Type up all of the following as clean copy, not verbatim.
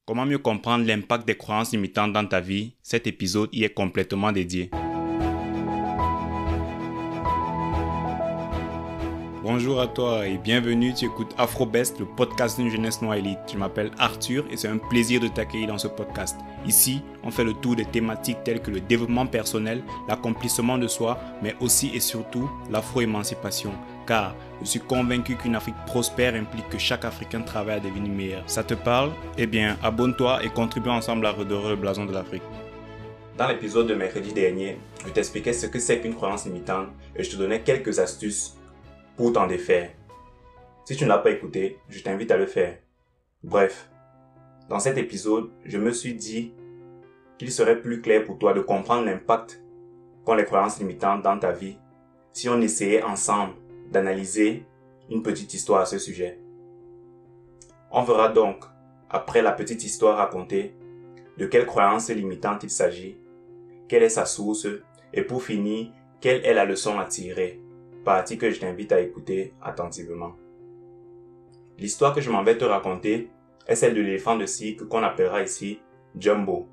Comment mieux comprendre l'impact des croyances limitantes dans ta vie? Cet épisode y est complètement dédié. Bonjour à toi et bienvenue, tu écoutes AfroBest, le podcast d'une jeunesse noire élite. Je m'appelle Arthur et c'est un plaisir de t'accueillir dans ce podcast. Ici, on fait le tour des thématiques telles que le développement personnel, l'accomplissement de soi, mais aussi et surtout l'afro-émancipation. Car je suis convaincu qu'une Afrique prospère implique que chaque Africain travaille à devenir meilleur. Ça te parle? Eh bien, abonne-toi et contribue ensemble à redorer le blason de l'Afrique. Dans l'épisode de mercredi dernier, je t'expliquais ce que c'est qu'une croyance limitante et je te donnais quelques astuces pour t'en défaire. Si tu ne l'as pas écouté, je t'invite à le faire. Bref, dans cet épisode, je me suis dit qu'il serait plus clair pour toi de comprendre l'impact qu'ont les croyances limitantes dans ta vie si on essayait ensemble d'analyser une petite histoire à ce sujet. On verra donc, après la petite histoire racontée, de quelle croyance limitante il s'agit, quelle est sa source et pour finir, quelle est la leçon à tirer. Partie que je t'invite à écouter attentivement. L'histoire que je m'en vais te raconter est celle de l'éléphant de cirque qu'on appellera ici Jumbo.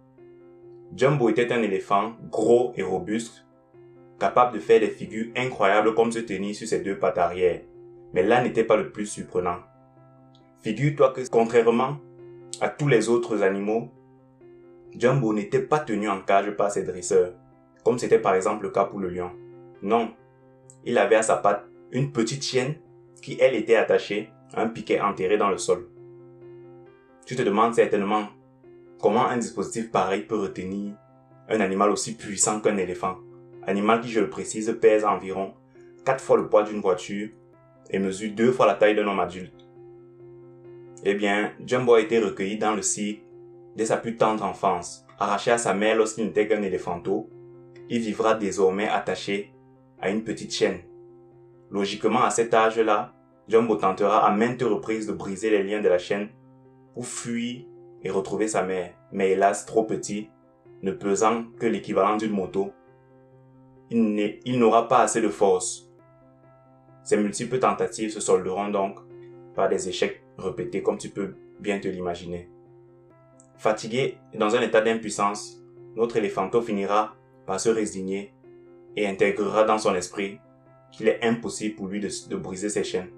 Jumbo était un éléphant gros et robuste, capable de faire des figures incroyables comme se tenir sur ses deux pattes arrière. Mais là n'était pas le plus surprenant. Figure-toi que contrairement à tous les autres animaux, Jumbo n'était pas tenu en cage par ses dresseurs, comme c'était par exemple le cas pour le lion. Non. Il avait à sa patte une petite chienne qui, elle, était attachée à un piquet enterré dans le sol. Tu te demandes certainement comment un dispositif pareil peut retenir un animal aussi puissant qu'un éléphant. Animal qui, je le précise, pèse environ 4 fois le poids d'une voiture et mesure 2 fois la taille d'un homme adulte. Eh bien, Jumbo a été recueilli dans le cirque dès sa plus tendre enfance. Arraché à sa mère lorsqu'il n'était qu'un éléphanteau, il vivra désormais attaché à une petite chaîne. Logiquement, à cet âge-là, Jumbo tentera à maintes reprises de briser les liens de la chaîne pour fuir et retrouver sa mère. Mais hélas, trop petit, ne pesant que l'équivalent d'une moto, il n'aura pas assez de force. Ces multiples tentatives se solderont donc par des échecs répétés comme tu peux bien te l'imaginer. Fatigué et dans un état d'impuissance, notre éléphanteau finira par se résigner et intégrera dans son esprit qu'il est impossible pour lui de briser ses chaînes.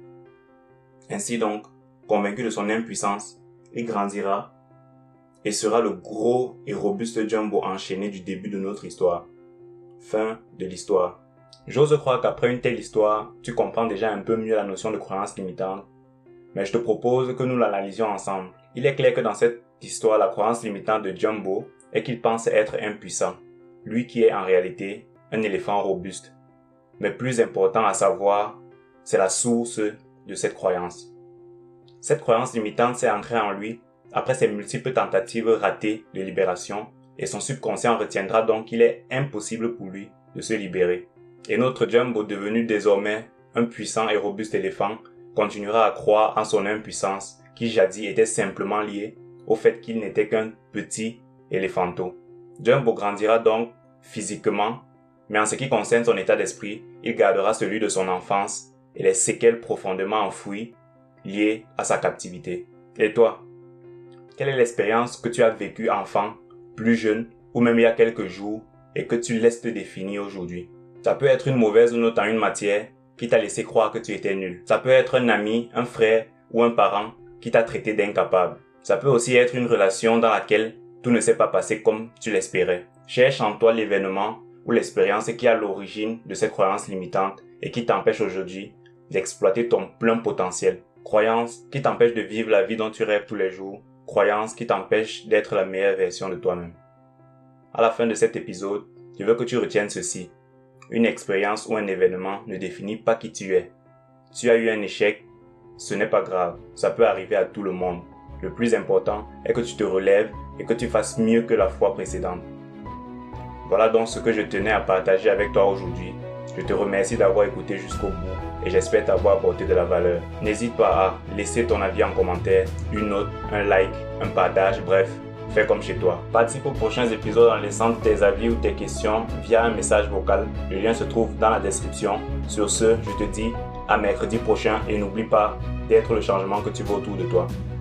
Ainsi donc, convaincu de son impuissance, il grandira et sera le gros et robuste Jumbo enchaîné du début de notre histoire. Fin de l'histoire. J'ose croire qu'après une telle histoire, tu comprends déjà un peu mieux la notion de croyance limitante, mais je te propose que nous l'analysions ensemble. Il est clair que dans cette histoire, la croyance limitante de Jumbo est qu'il pense être impuissant, lui qui est en réalité un éléphant robuste. Mais plus important à savoir, c'est la source de cette croyance. Cette croyance limitante s'est ancrée en lui après ses multiples tentatives ratées de libération et son subconscient retiendra donc qu'il est impossible pour lui de se libérer. Et notre Jumbo, devenu désormais un puissant et robuste éléphant, continuera à croire en son impuissance qui jadis était simplement liée au fait qu'il n'était qu'un petit éléphanteau. Jumbo grandira donc physiquement, mais en ce qui concerne son état d'esprit, il gardera celui de son enfance et les séquelles profondément enfouies liées à sa captivité. Et toi, quelle est l'expérience que tu as vécue enfant, plus jeune ou même il y a quelques jours et que tu laisses te définir aujourd'hui? Ça peut être une mauvaise note en une matière qui t'a laissé croire que tu étais nul. Ça peut être un ami, un frère ou un parent qui t'a traité d'incapable. Ça peut aussi être une relation dans laquelle tout ne s'est pas passé comme tu l'espérais. Cherche en toi l'événement ou l'expérience qui est à l'origine de cette croyance limitante et qui t'empêche aujourd'hui d'exploiter ton plein potentiel. Croyance qui t'empêche de vivre la vie dont tu rêves tous les jours. Croyance qui t'empêche d'être la meilleure version de toi-même. À la fin de cet épisode, je veux que tu retiennes ceci. Une expérience ou un événement ne définit pas qui tu es. Tu as eu un échec, ce n'est pas grave, ça peut arriver à tout le monde. Le plus important est que tu te relèves et que tu fasses mieux que la fois précédente. Voilà donc ce que je tenais à partager avec toi aujourd'hui. Je te remercie d'avoir écouté jusqu'au bout et j'espère t'avoir apporté de la valeur. N'hésite pas à laisser ton avis en commentaire, une note, un like, un partage, bref, fais comme chez toi. Participe aux prochains épisodes en laissant tes avis ou tes questions via un message vocal. Le lien se trouve dans la description. Sur ce, je te dis à mercredi prochain et n'oublie pas d'être le changement que tu veux autour de toi.